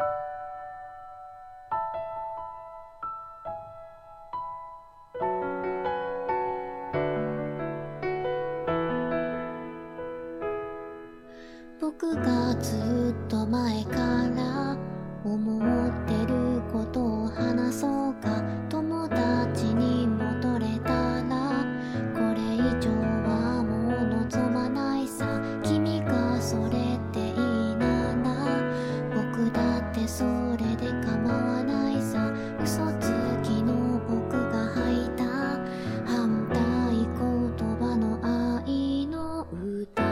僕がずっと前から思ってることを話そうか。友達に戻れたらこれ以上はもう望まないさ。君がそれでいいなら僕だってそれで構わないさ。嘘つきの僕が吐いた反対言葉の愛の歌。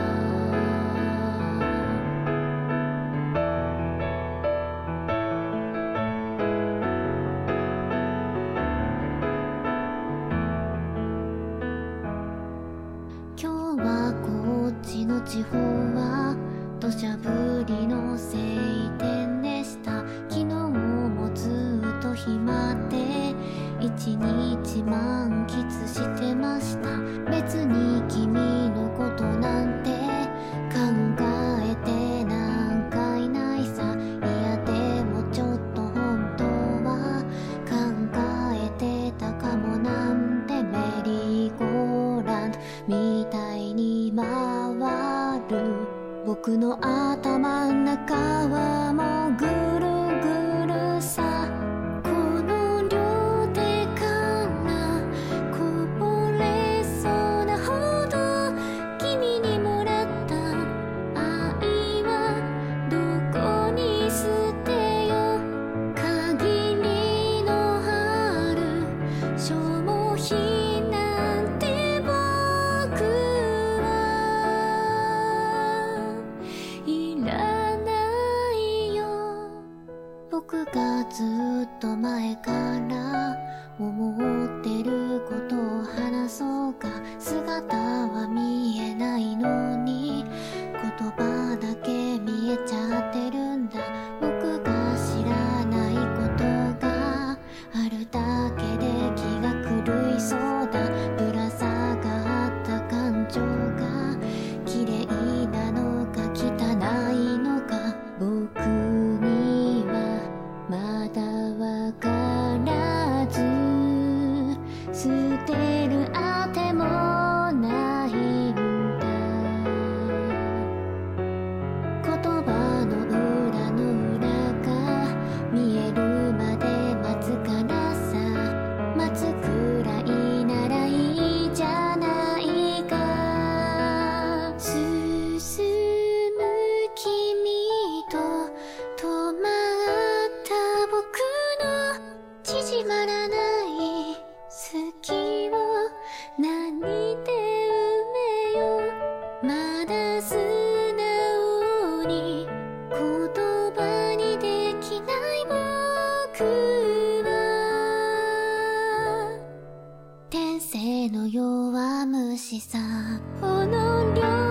今日はこっちの地方は土砂降りの晴天でした。昨日もずっと暇で一日満喫してました。別に君のことなんて考えてなんかいないさ。いやでもちょっと本当は考えてたかも。なんてメリーゴーランドみたいに回る僕の頭ん中はもうぐるぐるさ。この両手からこぼれそうなほど君にもらった愛はどこに捨てよう。限りの春消耗品なんて僕はいらないよ。僕がずっと前から思ってることを話そうか。姿は見えないのに言葉だけ見えちゃってるんだ。僕が知らないことがあるだけで気が狂いそうだ。ぶら下がった感情が綺麗なのか汚いのか僕にはまだわからず、捨てるあてもないんだ。言葉の裏の裏が見えるまで待つからさ。待つくらいならいいじゃないか。進む君と止まった僕の縮まらない好きを何で埋めよう。まだ素直に言葉にできない僕は天性の弱虫さ。この両